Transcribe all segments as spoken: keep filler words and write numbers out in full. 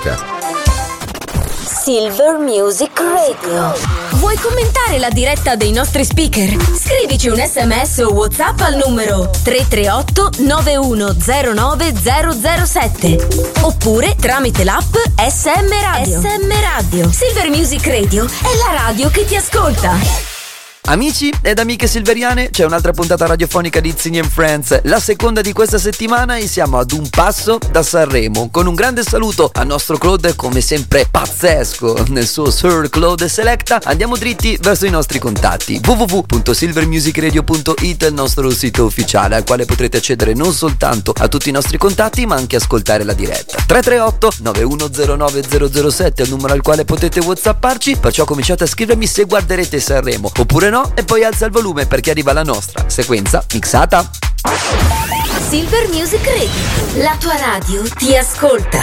musica. Silver Music Radio. Vuoi commentare la diretta dei nostri speaker? Scrivici un sms o WhatsApp al numero tre tre otto nove uno zero nove zero zero sette oppure tramite l'app S M Radio. S M Radio. Silver Music Radio è la radio che ti ascolta. Amici ed amiche silveriane, c'è un'altra puntata radiofonica di Zini and Friends, la seconda di questa settimana, e siamo ad un passo da Sanremo. Con un grande saluto al nostro Claude, come sempre pazzesco nel suo Sir Claude Selecta, andiamo dritti verso i nostri contatti. w w w punto silver music radio punto i t è il nostro sito ufficiale, al quale potrete accedere non soltanto a tutti i nostri contatti, ma anche ascoltare la diretta. tre tre otto nove uno zero nove zero zero sette è il numero al quale potete whatsapparci, perciò cominciate a scrivermi se guarderete Sanremo oppure no, e poi alza il volume perché arriva la nostra sequenza mixata. Silver Music Radio, la tua radio ti ascolta.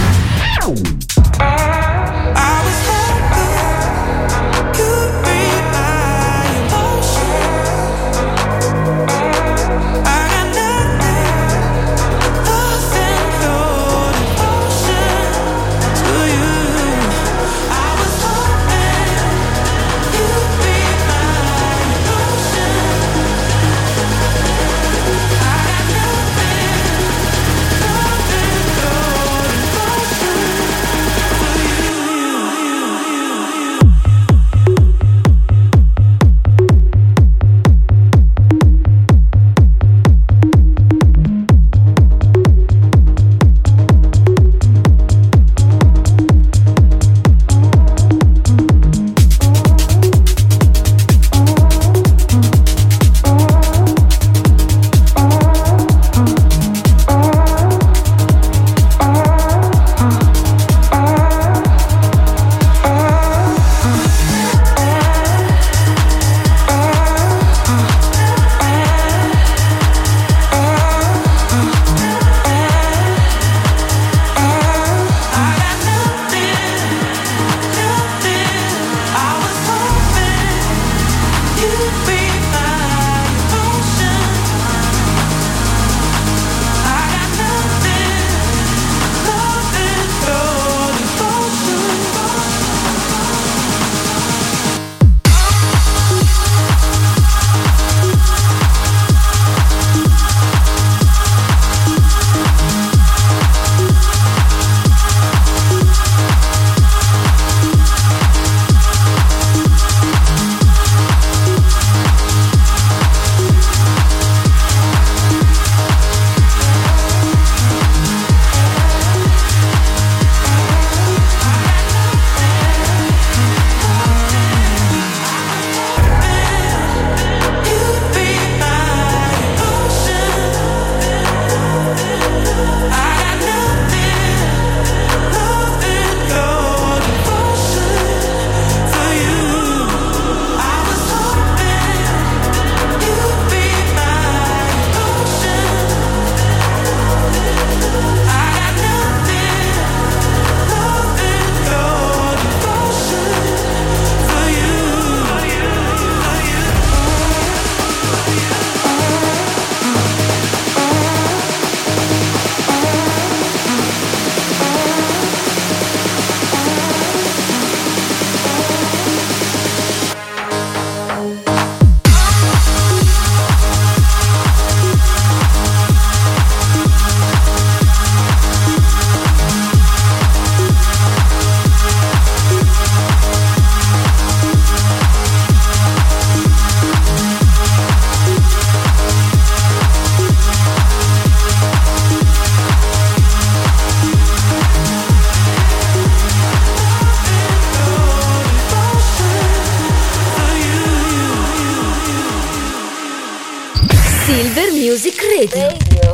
Silver Music Radio.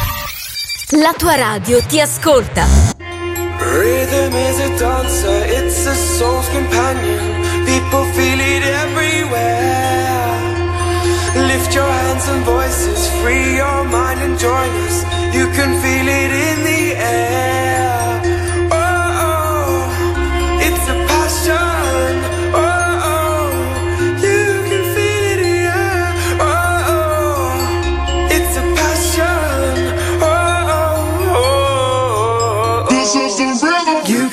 La tua radio ti ascolta. Rhythm is a dancer, it's a soul's companion. People feel it everywhere. Lift your hands and voices, free your mind and join us. You can feel it in the air. Oh, oh, it's a passion. Oh, oh, you can feel it in the air. Oh, oh, it's a passion. Oh, oh, oh, oh. This is the rhythm. You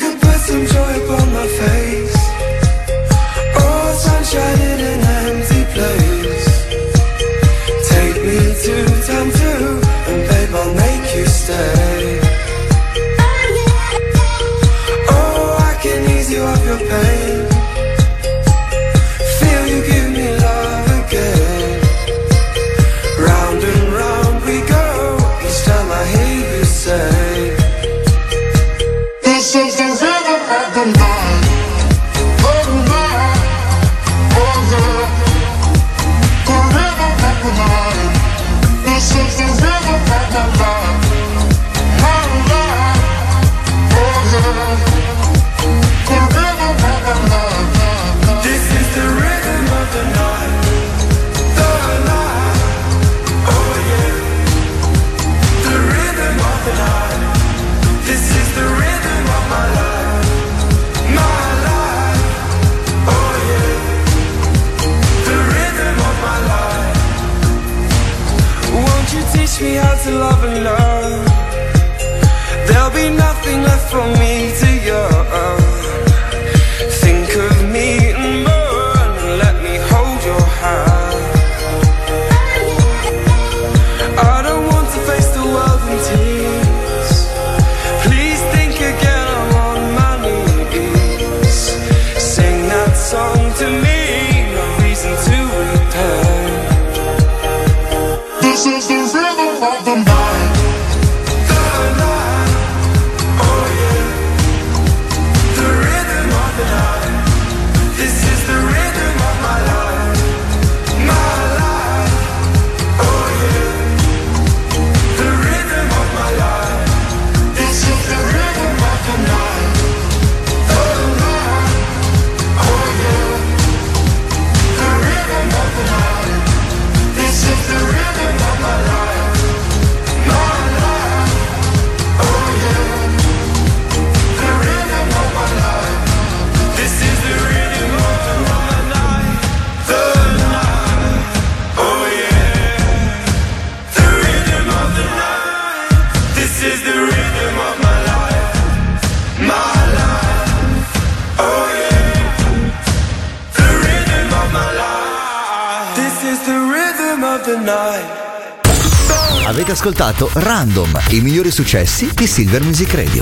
This is the rhythm of the night. Oh, night. Oh, yeah. The rhythm of the night. This is the rhythm of the night. My life. Oh, yeah. The rhythm of the night. This is the rhythm of the night. The night. Oh yeah. The rhythm of the night. This is the rhythm of my life. My life. Oh yeah. The rhythm of my life. Won't you teach me how to love and love? There'll be nothing left for me to yearn. Think of me and burn. Let me hold your hand. I don't want to face the world in tears. Please think again, I'm on my knees. Sing that song to me, no reason to repent. This is the rhythm of the night. The night, oh yeah. The rhythm of the night. This is the rhythm of my life. My life, oh yeah. The rhythm of my life. This is the rhythm of the night. The night. Oh yeah. The rhythm of the night. This is the rhythm of my life. My life. Oh yeah. The rhythm of my life. This is the rhythm of the night. The night, oh yeah. The rhythm of the night. This is the rhythm of my life. My life, oh yeah. The rhythm of my life. This is the rhythm of the night. Avete ascoltato Random, i migliori successi di Silver Music Radio.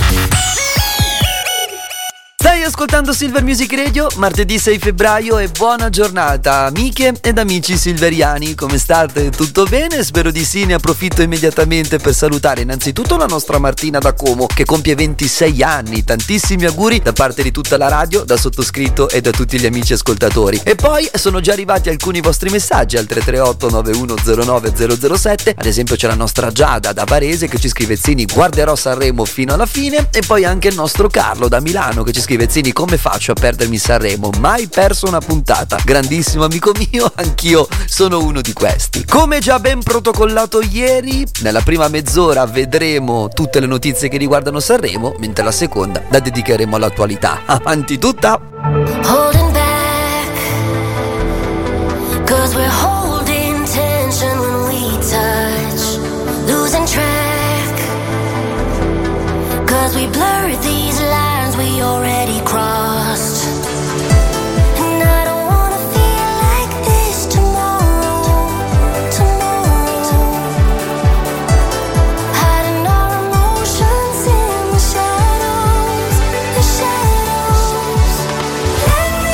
Stai ascoltando Silver Music Radio, martedì sei febbraio e buona giornata amiche ed amici silveriani, come state? Tutto bene? Spero di sì, ne approfitto immediatamente per salutare innanzitutto la nostra Martina da Como che compie ventisei anni, tantissimi auguri da parte di tutta la radio, da sottoscritto e da tutti gli amici ascoltatori. E poi sono già arrivati alcuni vostri messaggi al tre tre otto nove uno zero nove zero zero sette, ad esempio c'è la nostra Giada da Varese che ci scrive Zini guarderò Sanremo fino alla fine, e poi anche il nostro Carlo da Milano che ci scrive Zini come faccio a perdermi Sanremo, mai perso una puntata, grandissimo amico mio, anch'io sono uno di questi. Come già ben protocollato ieri, nella prima mezz'ora vedremo tutte le notizie che riguardano Sanremo, mentre la seconda la dedicheremo all'attualità. Avanti tutta! Holding back, 'cause we're holding tension when we touch, losing track, 'cause we blur these lines we already crossed. And I don't wanna feel like this tomorrow, tomorrow. Hiding our emotions in the shadows, the shadows. Let me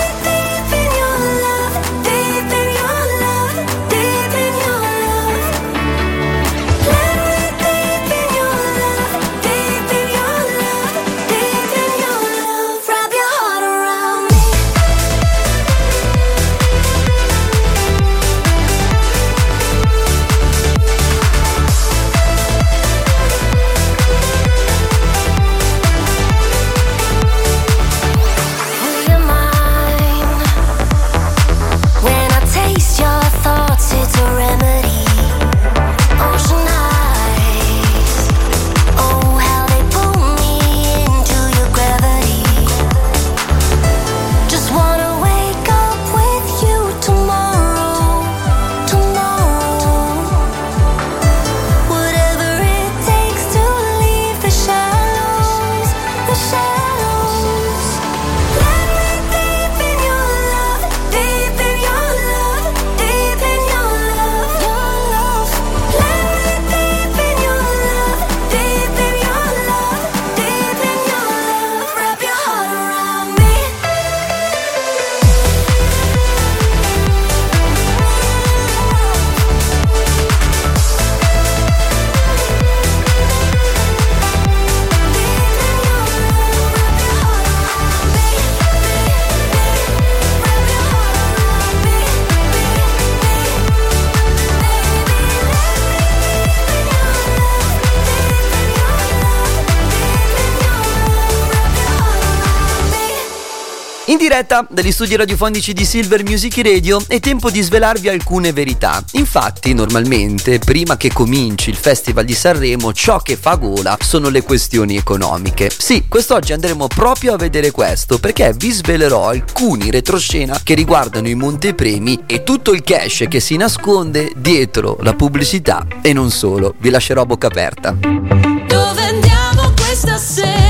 In diretta dagli studi radiofonici di Silver Music Radio è tempo di svelarvi alcune verità. Infatti, normalmente, prima che cominci il Festival di Sanremo, ciò che fa gola sono le questioni economiche. Sì, quest'oggi andremo proprio a vedere questo, perché vi svelerò alcuni retroscena che riguardano i montepremi e tutto il cash che si nasconde dietro la pubblicità e non solo. Vi lascerò a bocca aperta. Dove andiamo questa sera?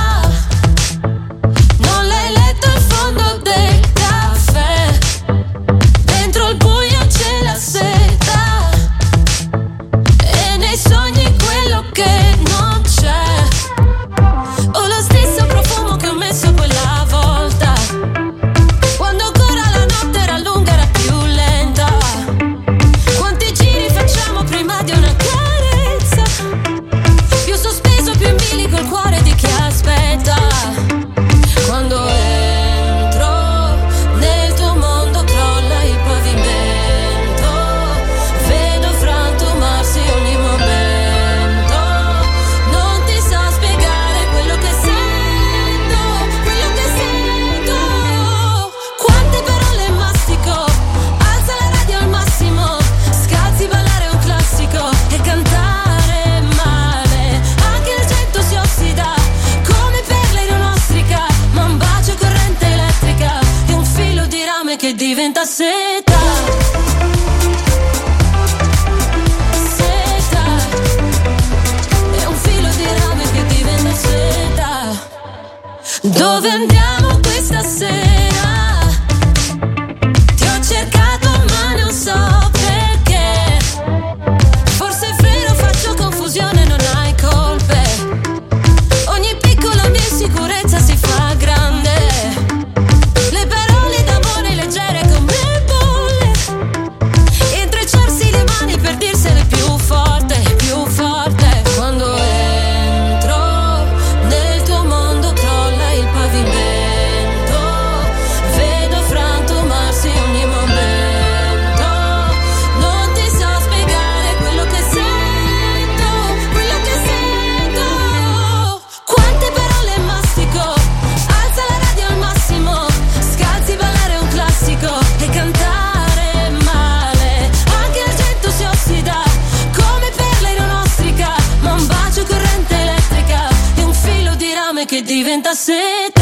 Che diventa seta, seta, è un filo di rame che diventa seta. Dove andiamo questa sera? Ti ho cercato ma non so perché. Forse è vero, faccio confusione, non hai colpe. Ogni piccola mia insicurezza si fa grande. Che diventa seta.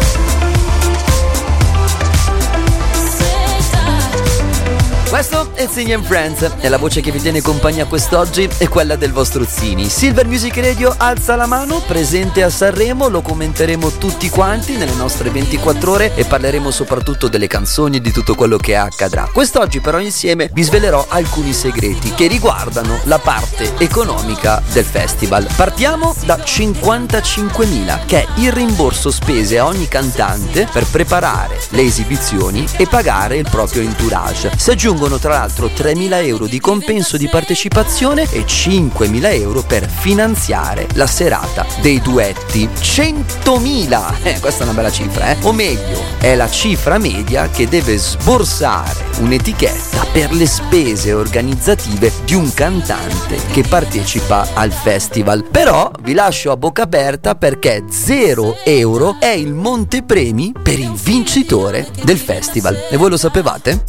Questo è Zini and Friends e la voce che vi tiene compagnia quest'oggi è quella del vostro Zini. Silver Music Radio alza la mano, presente a Sanremo, lo commenteremo tutti quanti nelle nostre ventiquattro ore e parleremo soprattutto delle canzoni e di tutto quello che accadrà. Quest'oggi però insieme vi svelerò alcuni segreti che riguardano la parte economica del festival. Partiamo da cinquantacinquemila, che è il rimborso spese a ogni cantante per preparare le esibizioni e pagare il proprio entourage. Si aggiungono tra l'altro tremila euro di compenso di partecipazione e cinquemila euro per finanziare la serata dei duetti. centomila! Eh, questa è una bella cifra, eh? O meglio, è la cifra media che deve sborsare un'etichetta per le spese organizzative di un cantante che partecipa al festival. Però vi lascio a bocca aperta perché zero euro è il montepremi per il vincitore del festival. E voi lo sapevate?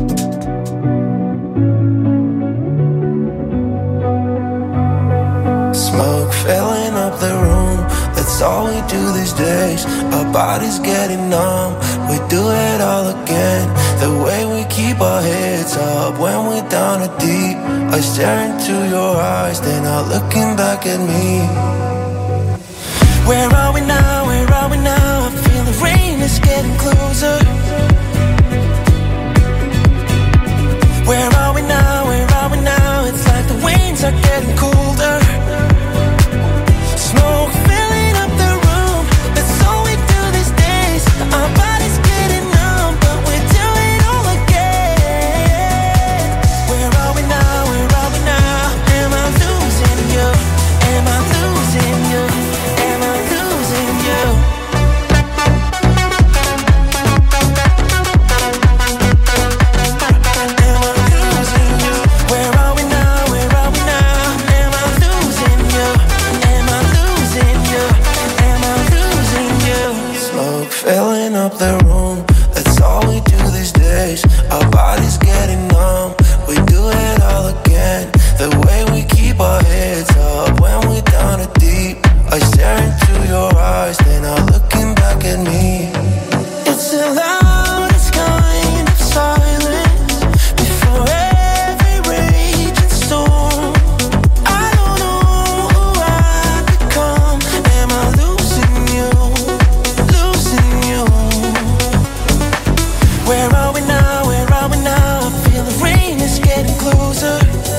Smoke filling up the room, that's all we do these days. Our bodies getting numb, we do it all again. The way we keep our heads up when we're down a deep. I stare into your eyes, then not looking back at me. Where are we now, where are we now? I feel the rain is getting closer. Where are we now, where are we now? It's like the winds are getting colder. Smoke filling up the room, that's all we do these days. Our bodies getting numb, but we're doing it all again. Where are we now, where are we now? Am I losing you? Am I losing you? Am I losing you? filling up the room. That's all we do these days. Our bodies getting numb. We do it all again. The way we keep our heads up when we're down to deep. I stare into your eyes, then I'm looking back at me. It's the loudest kind of silence before every raging storm. I don't know who I've become. Am I losing you? Losing you? Where are we now? Where are we now? I feel the rain is getting closer.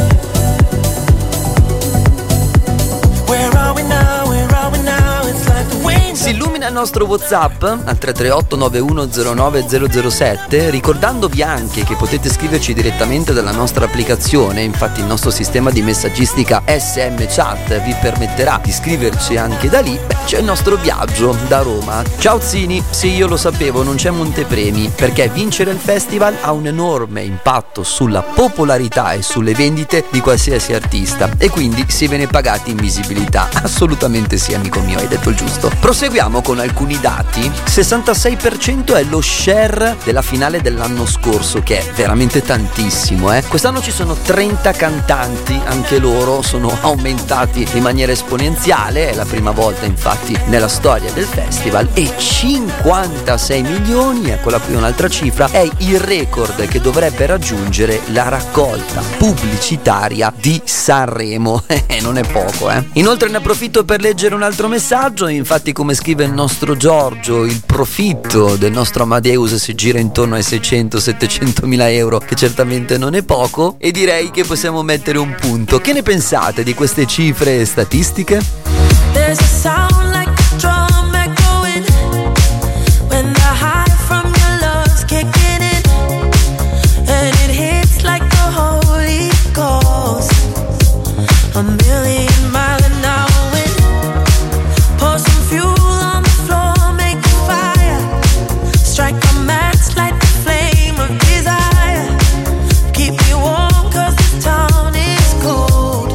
Where are we now? Where are we now? It's like the wind. Si illumina il nostro WhatsApp al tre tre otto nove uno zero nove zero zero sette, ricordandovi anche che potete scriverci direttamente dalla nostra applicazione. Infatti il nostro sistema di messaggistica S M Chat vi permetterà di scriverci anche da lì. Beh, c'è il nostro viaggio da Roma. Ciao Zini, sì, io lo sapevo, non c'è montepremi, perché vincere il festival ha un enorme impatto sulla popolarità e sulle vendite di qualsiasi artista, e quindi si viene pagati in visibilità. Assolutamente sì, amico mio, hai detto il giusto. Proseguiamo con alcuni dati. sessantasei per cento è lo share della finale dell'anno scorso, che è veramente tantissimo, eh. Quest'anno ci sono trenta cantanti, anche loro sono aumentati in maniera esponenziale, è la prima volta infatti nella storia del festival, e cinquantasei milioni, eccola qui un'altra cifra, è il record che dovrebbe raggiungere la raccolta pubblicitaria di Sanremo. Eh, non è poco, eh. Inoltre ne approfitto per leggere un altro messaggio. Infatti, come scrive il nostro Giorgio, il profitto del nostro Amadeus si gira intorno ai seicento settecento mila euro, che certamente non è poco, e direi che possiamo mettere un punto. Che ne pensate di queste cifre statistiche? There's a sound like a drum echoing when the high from your love's kicking in, and it hits like the Holy Ghost. A million mile an hour wind. Pour some fuel on the floor, make a fire. Strike a match, light the flame of desire. Keep me warm 'cause this town is cold.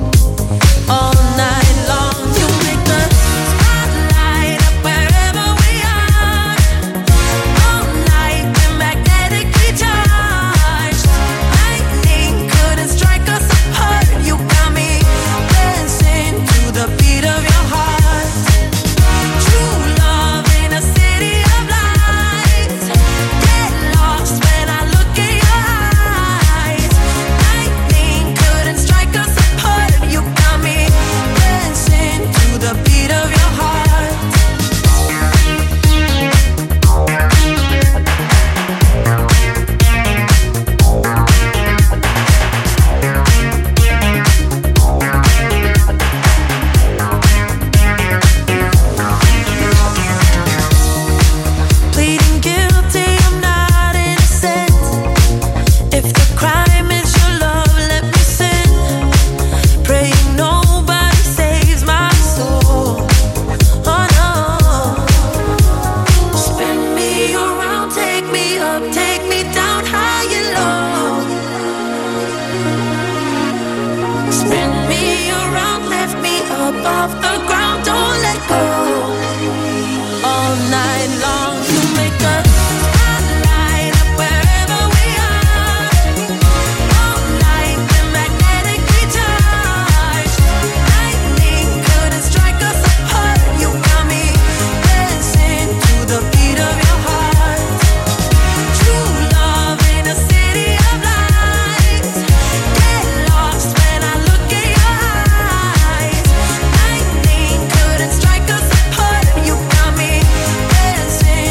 All night long you make the spotlight up wherever we are. All night we're magnetically charged. Lightning couldn't strike us apart. You got me dancing to the beat of your heart. True love in a city of lights. Get lost when I look in your eyes. Lightning couldn't strike us apart. You got me dancing to the beat of your heart. Pleading guilty, I'm not innocent. If the crime is your love, let me sin. Praying nobody saves my soul. Oh no. Spin me around, take me up, take me down high and low. Spin me around, lift me up off the ground, don't let go. All night long you make a spotlight up wherever we are. All night we're magnetically charged. Lightning couldn't strike us apart. You got me dancing to the beat of your heart. True love in a city of lights. Get lost when I look in your eyes. Lightning couldn't strike us apart. You got me dancing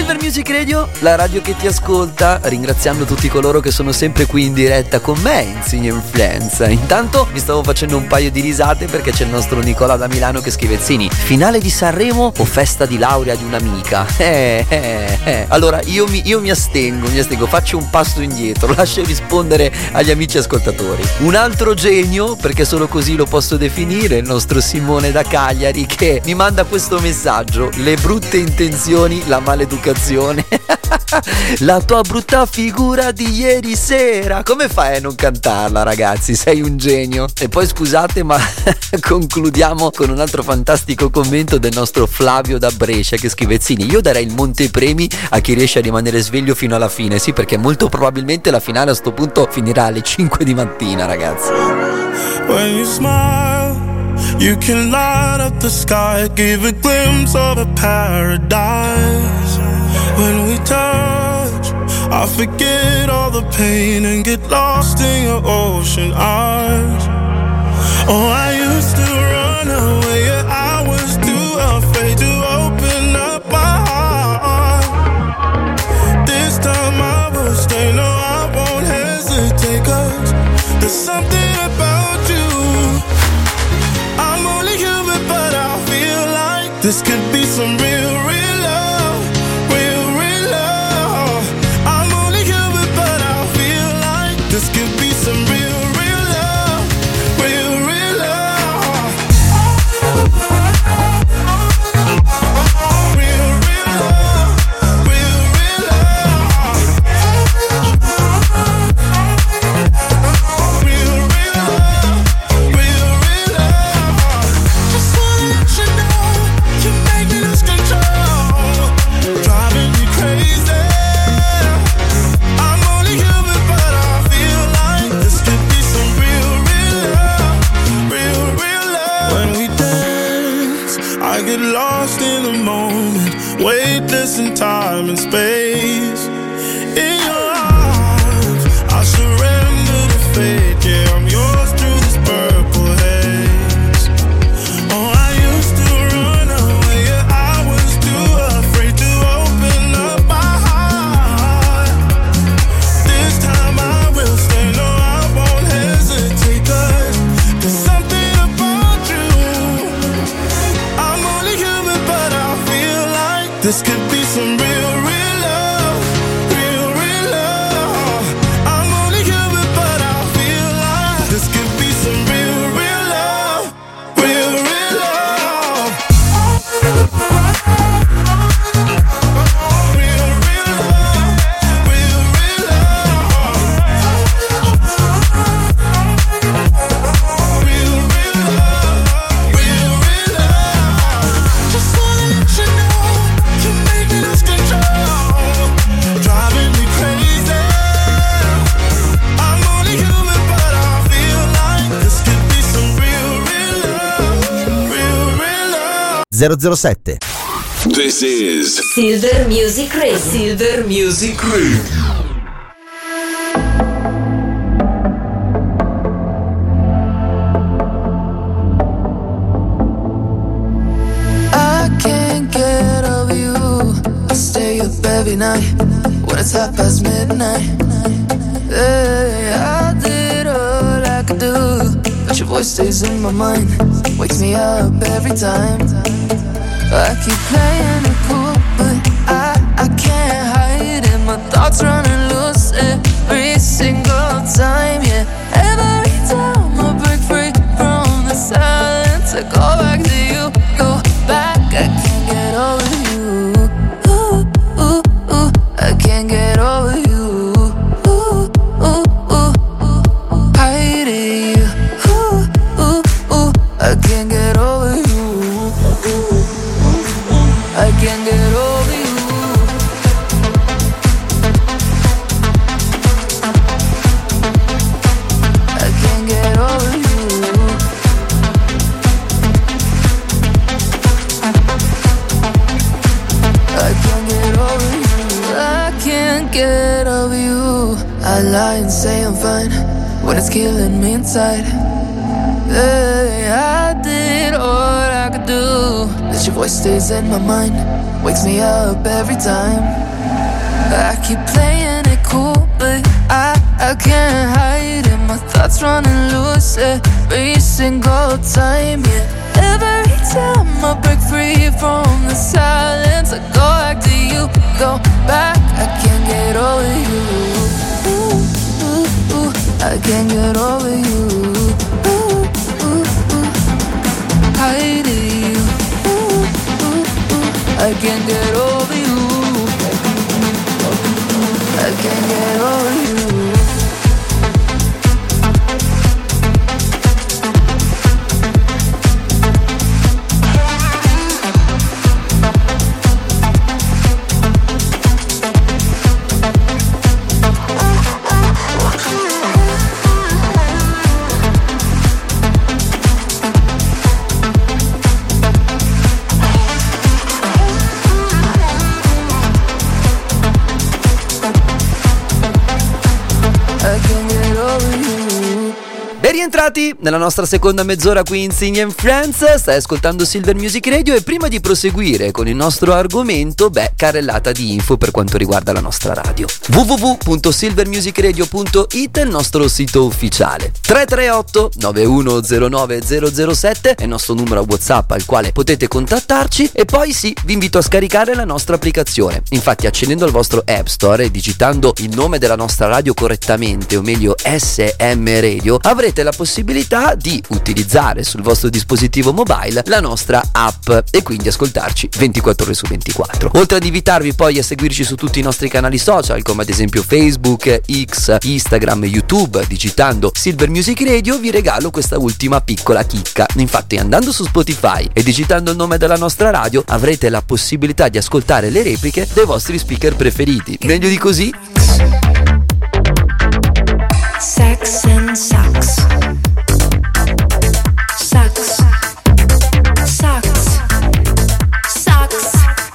Silver Music Radio, la radio che ti ascolta, ringraziando tutti coloro che sono sempre qui in diretta con me in Zini and Friends. Intanto mi stavo facendo un paio di risate perché c'è il nostro Nicola da Milano che scrive: Zini, finale di Sanremo o festa di laurea di un'amica? Eh, eh, eh. Allora io mi, io mi astengo, mi astengo, faccio un passo indietro, lascio rispondere agli amici ascoltatori. Un altro genio, perché solo così lo posso definire, il nostro Simone da Cagliari, che mi manda questo messaggio: le brutte intenzioni, la maleducazione. La tua brutta figura di ieri sera, come fai a non cantarla, ragazzi? Sei un genio. E poi scusate, ma concludiamo con un altro fantastico commento del nostro Flavio da Brescia che scrive: Zini, io darei il montepremi a chi riesce a rimanere sveglio fino alla fine. Sì, perché molto probabilmente la finale a sto punto finirà alle cinque di mattina, ragazzi. When you smile, you can light up the sky, give a glimpse of a paradise. When we touch, I forget all the pain and get lost in your ocean eyes. Oh, I used to run away, yeah, I was too afraid to open up my heart. This time I will stay, no, I won't hesitate, 'cause there's something about you. I'm only human, but I feel like this could be some real, real love, real, real love. I'm only human, but I feel like this could be some real, real love, real, real love. Real, real love, real, real love. Real, real love, real, real love. Just wanna let you know, you're making us control, driving me crazy. I'm only human, but I feel like this could be some real, real love, real, real love. When we dance, I get lost in the moment, weightless in time and space. In your arms, I surrender to fate. Yeah, I'm yours through this purple haze. Oh, I used to run away, yeah, I was too afraid to open up my heart. This time I will stay, no, I won't hesitate, 'cause there's something about you. I'm only human, but I feel like this could be some real, real love, real, real love. I'm only human, but I feel like this could be some real, real love, real, real love. Real, real love, real, real love. Real, real love, real, real love. Just wanna let you know, you're making us control, driving me crazy. I'm only human, but I feel like this could be some real, real love, real, real love. zero zero sette. This is Silver Music Radio. Silver Music Radio. I can't get over you. I stay up every night when it's half past midnight. Hey, I did all I could do, but your voice stays in my mind, wakes me up every time. I keep playing it cool, but I, I can't hide it. My thoughts running loose every single time, yeah. Every time I break free from the silence, I go back to you, go back. I can't get over you. Ooh, ooh, ooh. I can't get over you. Ooh, ooh, ooh. Hiding you. Ooh, ooh, ooh. I can't get over you. I can't get over you. I can't get over you. I can't get over you. I can't get over you. I lie and say I'm fine when it's killing me inside. Hey, I did all I could do, but your voice stays in my mind, wakes me up every time. I keep playing it cool, but I, I can't hide it. My thoughts running loose every single time, yeah. Every time I break free from the silence, I go back to you, go back. I can't get over you. Ooh, ooh, ooh. I can't get over you. Ooh, ooh, ooh. Hide you. Ooh, ooh, ooh. I can't get over you. I can't get over you. Ben rientrati nella nostra seconda mezz'ora qui in Sing and Friends. Stai ascoltando Silver Music Radio e prima di proseguire con il nostro argomento, beh, carrellata di info per quanto riguarda la nostra radio. w w w punto silver music radio punto i t è il nostro sito ufficiale. tre tre otto nove uno zero nove zero zero sette è il nostro numero WhatsApp al quale potete contattarci, e poi sì, vi invito a scaricare la nostra applicazione. Infatti, accedendo al vostro App Store e digitando il nome della nostra radio correttamente, o meglio S M Radio, avrete la possibilità di utilizzare sul vostro dispositivo mobile la nostra app e quindi ascoltarci ventiquattro ore su ventiquattro. Oltre ad invitarvi poi a seguirci su tutti i nostri canali social, come ad esempio Facebook, X, Instagram e YouTube, digitando Silver Music Radio, vi regalo questa ultima piccola chicca. Infatti, andando su Spotify e digitando il nome della nostra radio, avrete la possibilità di ascoltare le repliche dei vostri speaker preferiti. Meglio di così? Sex and sucks. Sucks. Sucks. Sucks.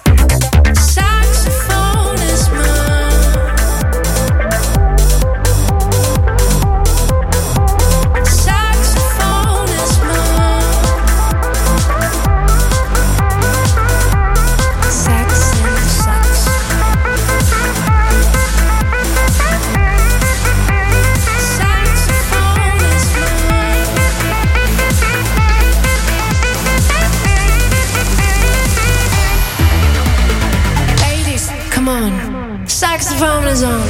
Saxophone is mine. Saxophone is mine. Sex and sucks. Come on, saxophone is on.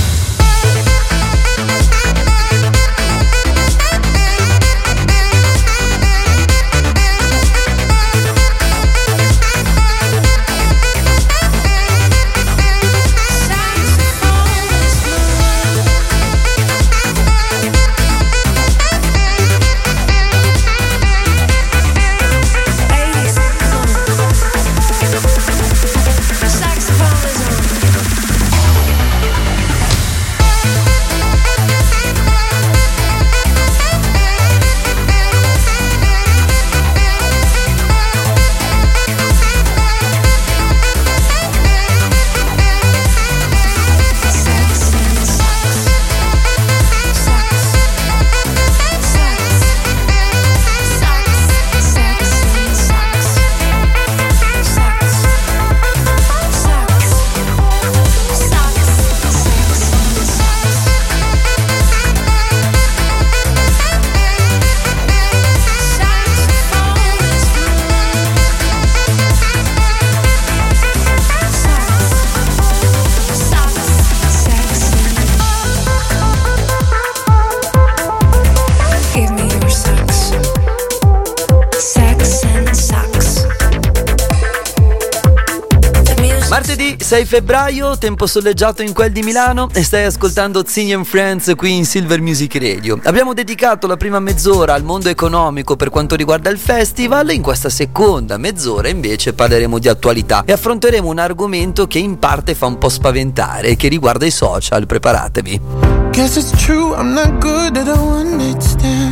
sei febbraio, tempo soleggiato in quel di Milano, e stai ascoltando Sing and Friends qui in Silver Music Radio. Abbiamo dedicato la prima mezz'ora al mondo economico per quanto riguarda il festival. In questa seconda mezz'ora invece parleremo di attualità e affronteremo un argomento che in parte fa un po' spaventare e che riguarda i social. Preparatevi. Guess it's true, I'm not good at a one night stand,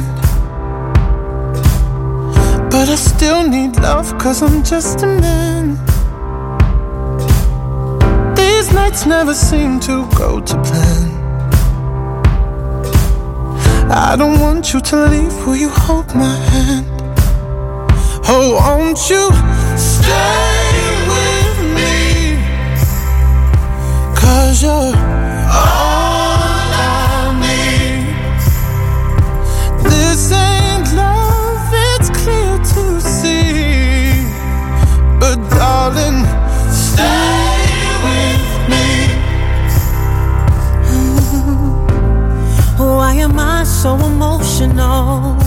but I still need love cause I'm just a man. These nights never seem to go to plan. I don't want you to leave, will you hold my hand? Oh, won't you stay with me, 'cause you're all I need. This ain't love, it's clear to see, but darling, stay with me. Why am I so emotional?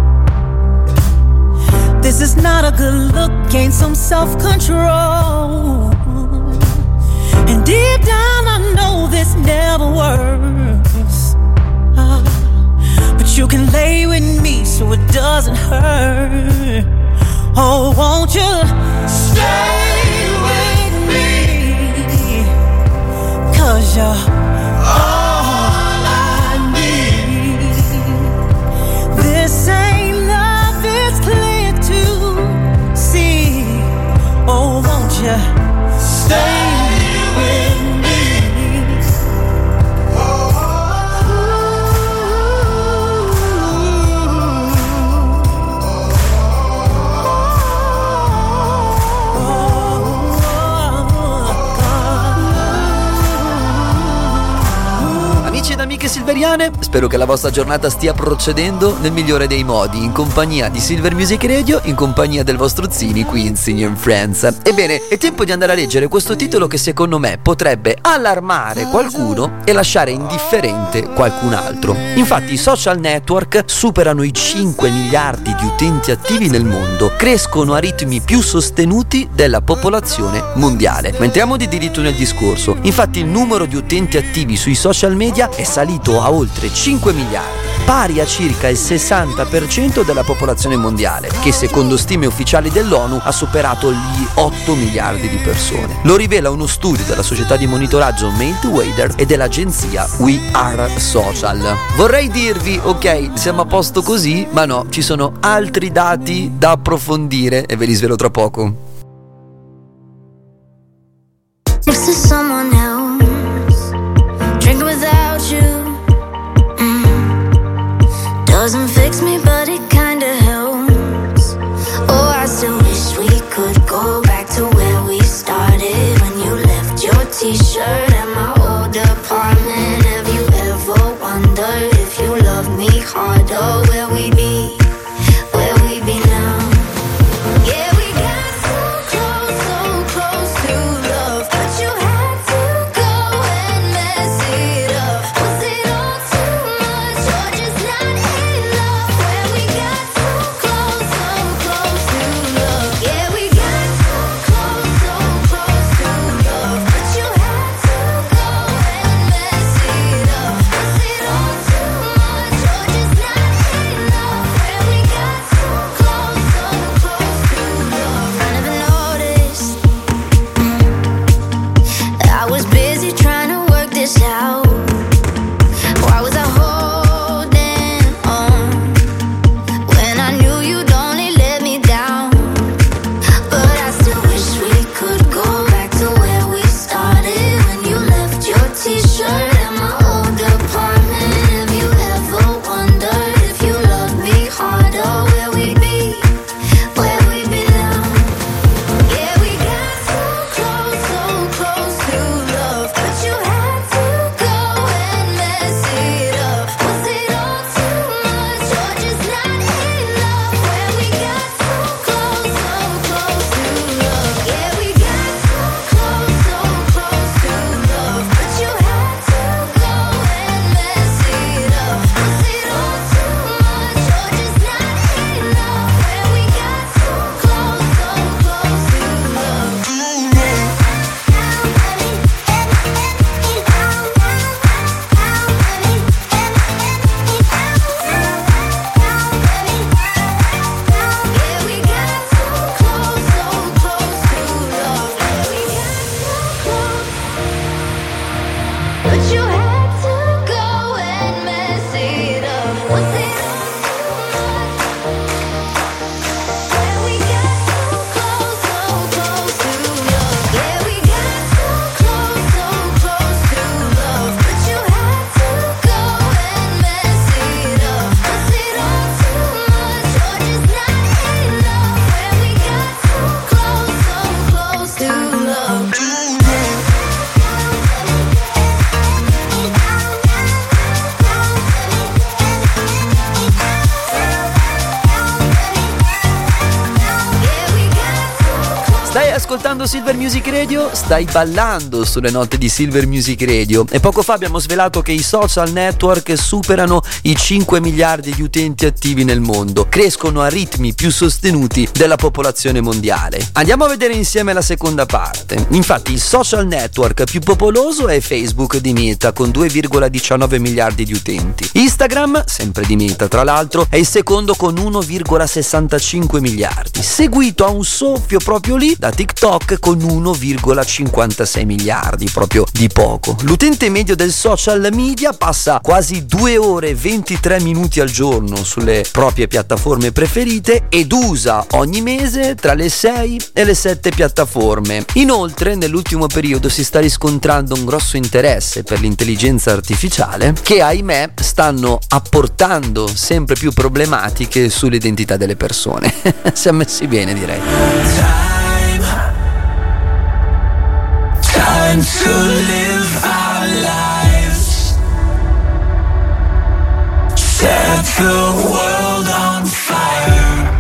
This is not a good look, gain some self-control. And deep down I know this never works. Ah, but you can lay with me so it doesn't hurt. Oh, won't you stay with me? 'Cause you're all I need. This ain't love, it's clear to see. Oh, won't you stay with me? Amici ed amiche silveriane, spero che la vostra giornata stia procedendo nel migliore dei modi, in compagnia di Silver Music Radio, in compagnia del vostro Zini qui in Zini and Friends. Ebbene, è tempo di andare a leggere questo titolo che secondo me potrebbe allarmare qualcuno e lasciare indifferente qualcun altro. Infatti i social network superano i cinque miliardi di utenti attivi nel mondo, crescono a ritmi più sostenuti della popolazione mondiale. Ma entriamo di diritto nel discorso. Infatti il numero di utenti attivi sui social media è salito a oltre cinque miliardi, pari a circa il sessanta per cento della popolazione mondiale, che secondo stime ufficiali dell'ONU ha superato gli otto miliardi di persone. Lo rivela uno studio della società di monitoraggio Meltwater e dell'agenzia We Are Social. Vorrei dirvi, ok, siamo a posto così, ma no, ci sono altri dati da approfondire e ve li svelo tra poco. Next to someone else, drinking without you. Mm. Doesn't fix me, but it kinda helps. Oh, I still wish we could go back to where we started, when you left your t-shirt at my old apartment. Have you ever wondered if you love me harder? Where we be, where we be now? Yeah, we got so Stai ascoltando Silver Music Radio? Stai ballando sulle note di Silver Music Radio. E poco fa abbiamo svelato che i social network superano i cinque miliardi di utenti attivi nel mondo, crescono a ritmi più sostenuti della popolazione mondiale. Andiamo a vedere insieme la seconda parte. Infatti il social network più popoloso è Facebook di Meta con due virgola diciannove miliardi di utenti. Instagram, sempre di Meta tra l'altro, è il secondo con uno virgola sessantacinque miliardi, seguito a un soffio proprio lì da TikTok con uno virgola cinquantasei miliardi, proprio di poco. L'utente medio del social media passa quasi due ore e ventitré minuti al giorno sulle proprie piattaforme preferite ed usa ogni mese tra le sei e le sette piattaforme. Inoltre nell'ultimo periodo si sta riscontrando un grosso interesse per l'intelligenza artificiale che, ahimè, stanno apportando sempre più problematiche sull'identità delle persone. Siamo messi bene, direi. Time to live our lives. Set the world on fire.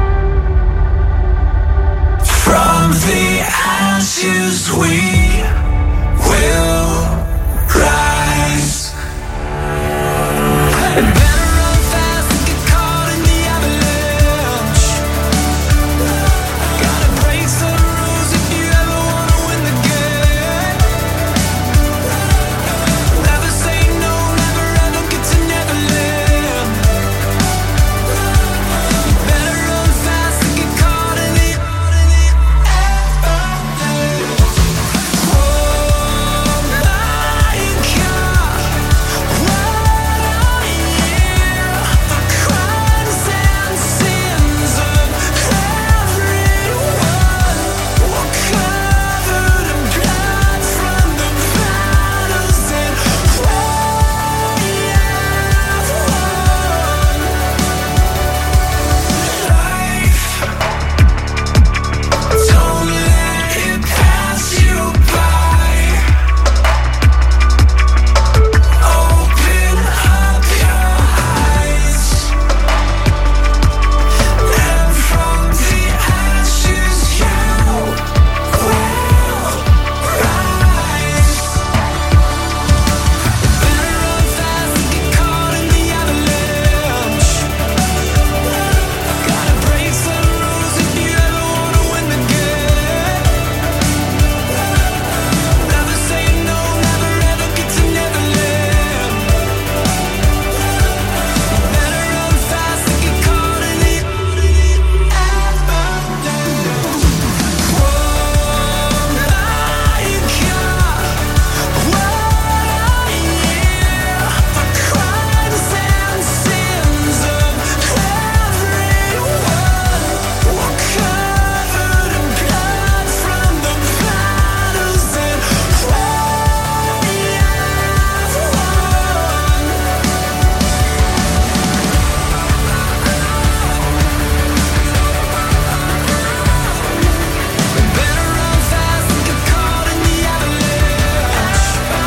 From the ashes we will rise. Better run fast than get caught in the avalanche. Gotta break some rules if you ever wanna win the game. Never say no, never ever get to Neverland. Better run fast than get caught in the avalanche. Oh my God, what a year. The crimes and sins of everyone were covered in blood from the battles that we have won. Life, don't let it pass you by. Open up your eyes, and from the ashes you will rise. Better run fast than get caught in the avalanche. Gotta break some rules if you ever wanna win the game. Never say no, never ever get to Neverland. Better run fast than get caught in the avalanche. Oh my God, what a year. The crimes and sins of everyone were covered in blood from the battles that we have won. Better run fast than get caught in the avalanche.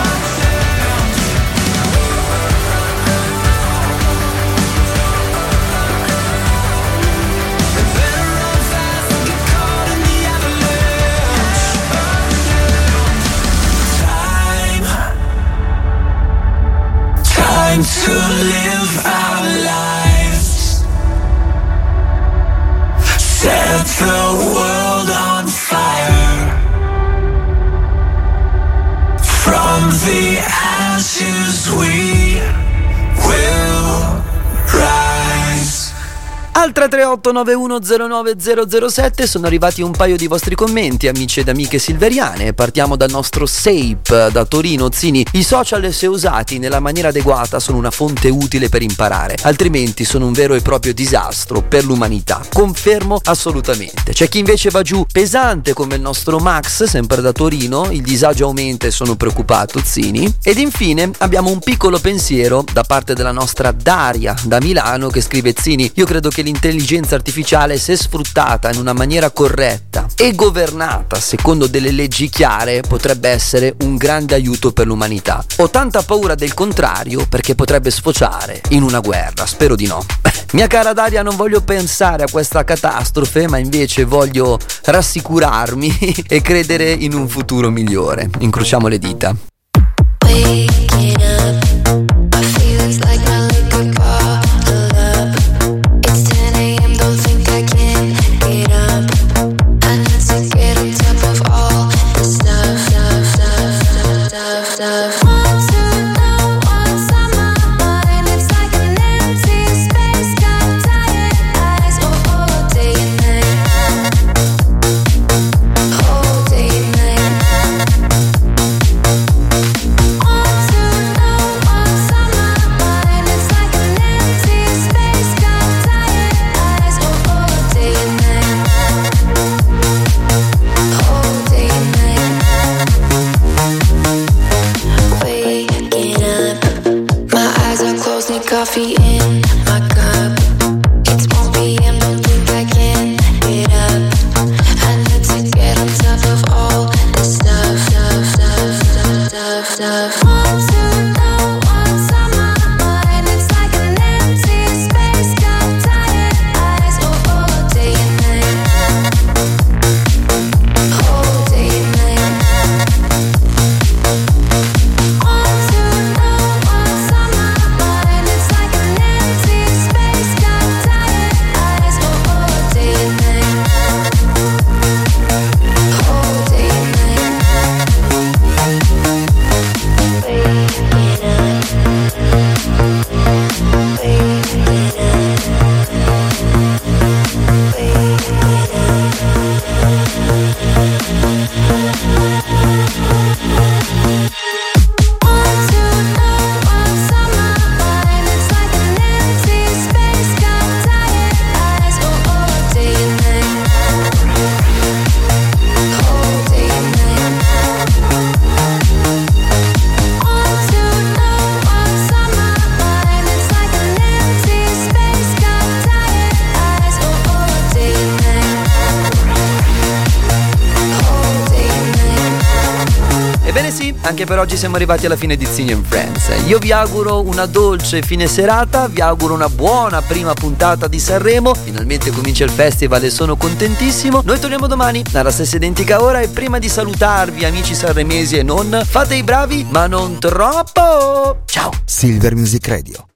Better run fast than get caught in the avalanche. Time, time to live our lives. Set the world on fire. From the ashes we will rise. Al tre tre otto nove uno zero nove zero zero sette sono arrivati un paio di vostri commenti, amici ed amiche silveriane. Partiamo dal nostro Sape da Torino. Zini, i social, se usati nella maniera adeguata, sono una fonte utile per imparare, altrimenti sono un vero e proprio disastro per l'umanità. Confermo assolutamente. C'è chi invece va giù pesante come il nostro Max, sempre da Torino. Il disagio aumenta e sono preoccupato, Zini. Ed infine abbiamo un piccolo pensiero da parte della nostra Daria da Milano che scrive: Zini, io credo che l'intelligenza l'intelligenza artificiale, se sfruttata in una maniera corretta e governata secondo delle leggi chiare, potrebbe essere un grande aiuto per l'umanità. Ho tanta paura del contrario, perché potrebbe sfociare in una guerra. Spero di no. Mia cara Daria, non voglio pensare a questa catastrofe, ma invece voglio rassicurarmi e credere in un futuro migliore. Incrociamo le dita. Waking up, my feelings like my liquor bottle up. It's ten a.m., don't think I can get up. I need to get on top of all the stuff, stuff, stuff, stuff, stuff. Want to know what's on my mind? It's like an empty space, got tired eyes, oh, all day and night, all day and night. Want to know what's on my mind? It's like an empty space, got tired eyes, oh, all day and night, all day and night. Waking up, my eyes are closed, need coffee in my cup. It's one p.m., don't think I can get up. I need to get on top of all the stuff, stuff, stuff, stuff, stuff, stuff. Want to know what's on my mind? It's like an empty space, got tired eyes, oh, all day and night, all day and night. Want to know what's on my mind? It's like an empty space, got tired eyes, oh, all day and night, all day and Want to know what's on my mind? It's like an empty space, got tired eyes, oh, all day and night, all day and night. Want to know what's on my mind? It's like an empty space, got tired eyes, oh, all day and night, all day and night. Ebbene sì, anche per oggi siamo arrivati alla fine di Zini and Friends. Io vi auguro una dolce fine serata, vi auguro una buona prima puntata di Sanremo. Finalmente comincia il festival e sono contentissimo. Noi torniamo domani alla stessa identica ora e prima di salutarvi, amici sanremesi e non, fate i bravi ma non troppo. Ciao. Silver Music Radio.